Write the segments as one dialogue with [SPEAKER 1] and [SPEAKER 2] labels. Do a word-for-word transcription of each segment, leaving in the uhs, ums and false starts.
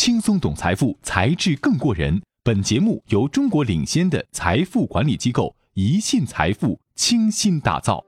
[SPEAKER 1] 轻松懂财富，才智更过人。本节目由中国领先的财富管理机构宜信财富倾心打造。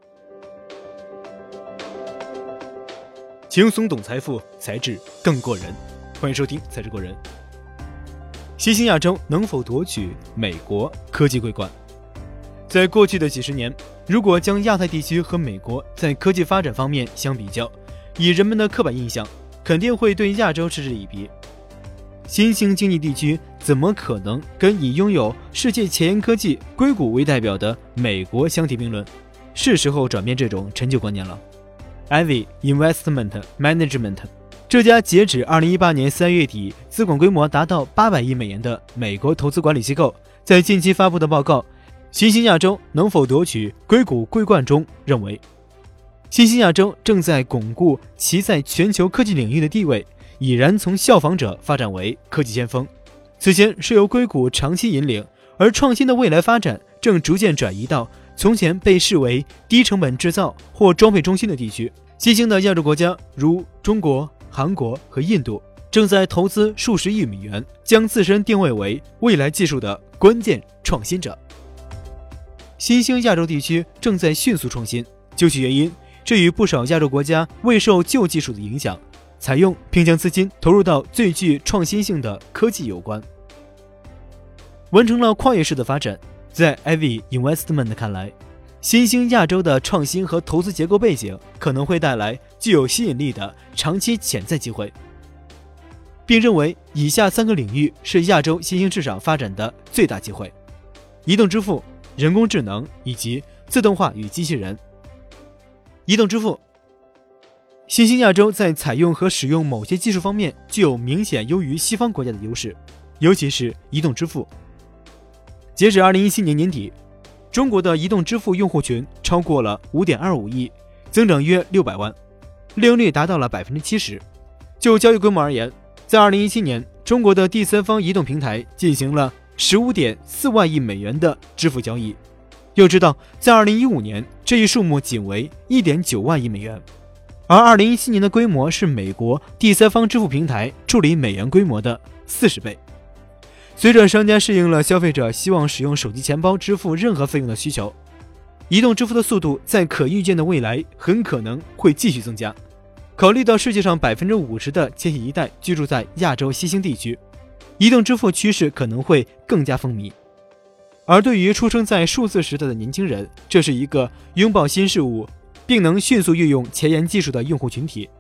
[SPEAKER 2] 轻松懂财富，才智更过人。欢迎收听才智过人。新兴亚洲能否夺取美国科技桂冠？在过去的几十年，如果将亚太地区和美国在科技发展方面相比较，以人们的刻板印象，肯定会对亚洲嗤之以鼻。新兴经济地区怎么可能跟以拥有世界前沿科技硅谷为代表的美国相提并论？是时候转变这种陈旧观念了。Ivy Investment Management 这家截止二零一八年三月底资管规模达到八百亿美元的美国投资管理机构，在近期发布的报告新兴亚洲能否夺取硅谷桂冠中认为，新兴亚洲正在巩固其在全球科技领域的地位，已然从效仿者发展为科技先锋。此前是由硅谷长期引领，而创新的未来发展正逐渐转移到从前被视为低成本制造或装配中心的地区。新兴的亚洲国家如中国、韩国和印度正在投资数十亿美元，将自身定位为未来技术的关键创新者。新兴亚洲地区正在迅速创新，究其原因，这与不少亚洲国家未受旧技术的影响，采用并将资金投入到最具创新性的科技有关，完成了跨越式的发展。在 Ivy Investment 看来，新兴亚洲的创新和投资结构背景可能会带来具有吸引力的长期潜在机会，并认为以下三个领域是亚洲新兴市场发展的最大机会：移动支付、人工智能以及自动化与机器人。移动支付，新兴亚洲在采用和使用某些技术方面具有明显优于西方国家的优势，尤其是移动支付。截止二零一七年年底，中国的移动支付用户群超过了 五点二五亿，增长约六百万，利用率达到了 百分之七十。 就交易规模而言，在二零一七年，中国的第三方移动平台进行了 十五点四万亿美元的支付交易。要知道，在二零一五年，这一数目仅为 一点九万亿美元，而二零一七年的规模是美国第三方支付平台处理美元规模的四十倍。随着商家适应了消费者希望使用手机钱包支付任何费用的需求，移动支付的速度在可预见的未来很可能会继续增加。考虑到世界上 百分之五十 的千禧一代居住在亚洲新兴地区，移动支付趋势可能会更加风靡。而对于出生在数字时代的年轻人，这是一个拥抱新事物并能迅速运用前沿技术的用户群体。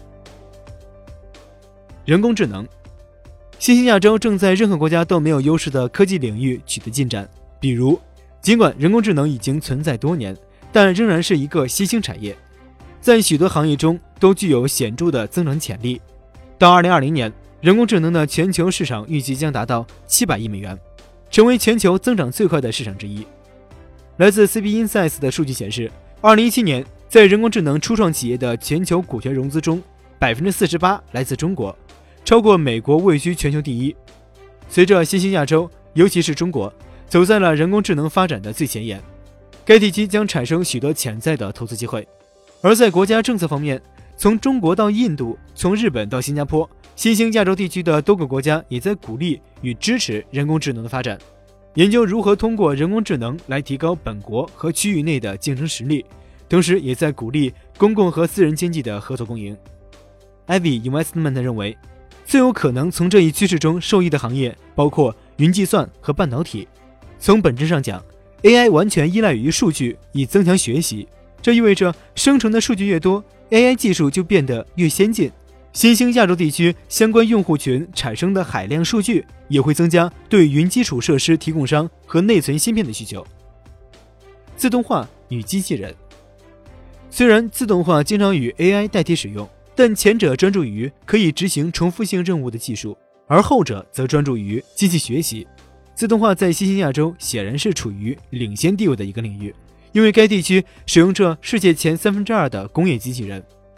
[SPEAKER 2] 人工智能，新兴亚洲正在任何国家都没有优势的科技领域取得进展。比如，尽管人工智能已经存在多年，但仍然是一个新兴产业，在许多行业中都具有显著的增长潜力。到二零二零年，人工智能的全球市场预计将达到七百亿美元，成为全球增长最快的市场之一。来自 C B Insights 的数据显示，二零一七年在人工智能初创企业的全球股权融资中 百分之四十八 来自中国，超过美国位居全球第一。随着新兴亚洲，尤其是中国，走在了人工智能发展的最前沿，该地区将产生许多潜在的投资机会。而在国家政策方面，从中国到印度，从日本到新加坡，新兴亚洲地区的多个国家也在鼓励与支持人工智能的发展，研究如何通过人工智能来提高本国和区域内的竞争实力，同时也在鼓励公共和私人经济的合作共赢。 Ivy Investment 认为，最有可能从这一趋势中受益的行业包括云计算和半导体。从本质上讲， A I 完全依赖于数据以增强学习，这意味着生成的数据越多， A I 技术就变得越先进。新兴亚洲地区相关用户群产生的海量数据也会增加对云基础设施提供商和内存芯片的需求。自动化与机器人，虽然自动化经常与 A I 代替使用，但前者专注于可以执行重复性任务的技术，而后者则专注于机器学习。自动化在新兴亚洲显然是处于领先地位的一个领域，因为该地区使用着世界前三分之二的工业机器人。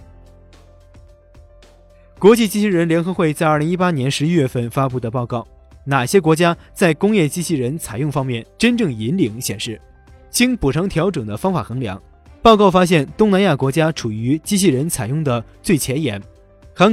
[SPEAKER 2] 国际机器人联合会在二零一八年十一月份发布的报告，哪些国家在工业机器人采用方面真正引领显示，经补偿调整的方法衡量，报告发现东南亚国家处于机器人采用的最前沿，韩国、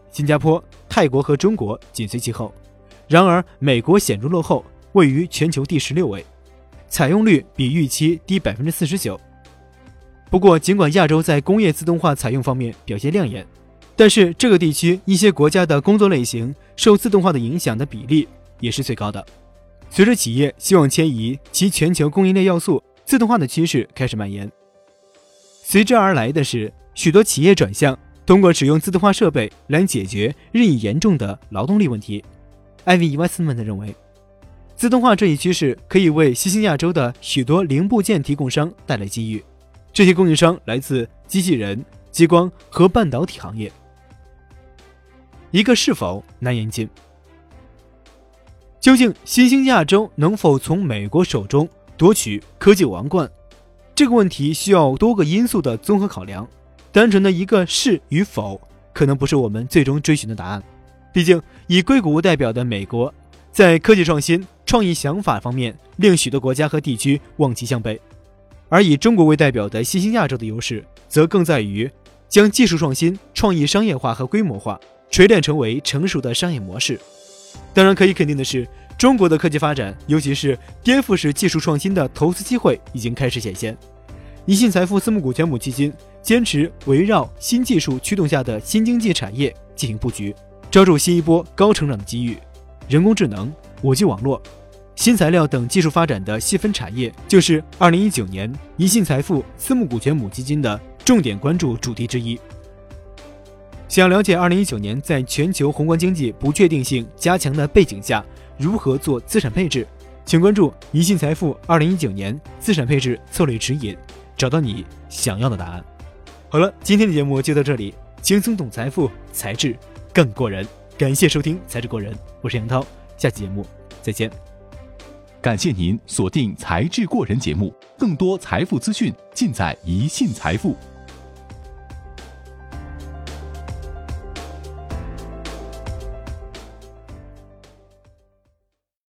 [SPEAKER 2] 新加坡、泰国和中国紧随其后。然而，美国显著落后，位于全球第十六位，采用率比预期低 百分之四十九。不过，尽管亚洲在工业自动化采用方面表现亮眼，但是这个地区一些国家的工作类型受自动化的影响的比例也是最高的。随着企业希望迁移其全球供应链要素，自动化的趋势开始蔓延。随之而来的是，许多企业转向通过使用自动化设备来解决日益严重的劳动力问题。艾维·伊万斯曼认为，自动化这一趋势可以为新兴亚洲的许多零部件提供商带来机遇，这些供应商来自机器人、激光和半导体行业。一个是否难言尽。究竟新兴亚洲能否从美国手中夺取科技王冠？这个问题需要多个因素的综合考量，单纯的一个是与否可能不是我们最终追寻的答案。毕竟以硅谷为代表的美国在科技创新、创意想法方面令许多国家和地区望其项背，而以中国为代表的新兴亚洲的优势则更在于将技术创新、创意商业化和规模化锤炼成为成熟的商业模式。当然可以肯定的是，中国的科技发展，尤其是颠覆式技术创新的投资机会已经开始显现。宜信财富私募股权母基金坚持围绕新技术驱动下的新经济产业进行布局，抓住新一波高成长的机遇。人工智能、五 G 网络、新材料等技术发展的细分产业，就是二零一九年宜信财富私募股权母基金的重点关注主题之一。想了解二零一九年在全球宏观经济不确定性加强的背景下如何做资产配置，请关注宜信财富二零一九年资产配置策略指引，找到你想要的答案。好了，今天的节目就到这里，轻松懂财富，才智更过人。感谢收听才智过人，我是杨涛，下期节目再见。
[SPEAKER 1] 感谢您锁定才智过人节目，更多财富资讯尽在宜信财富。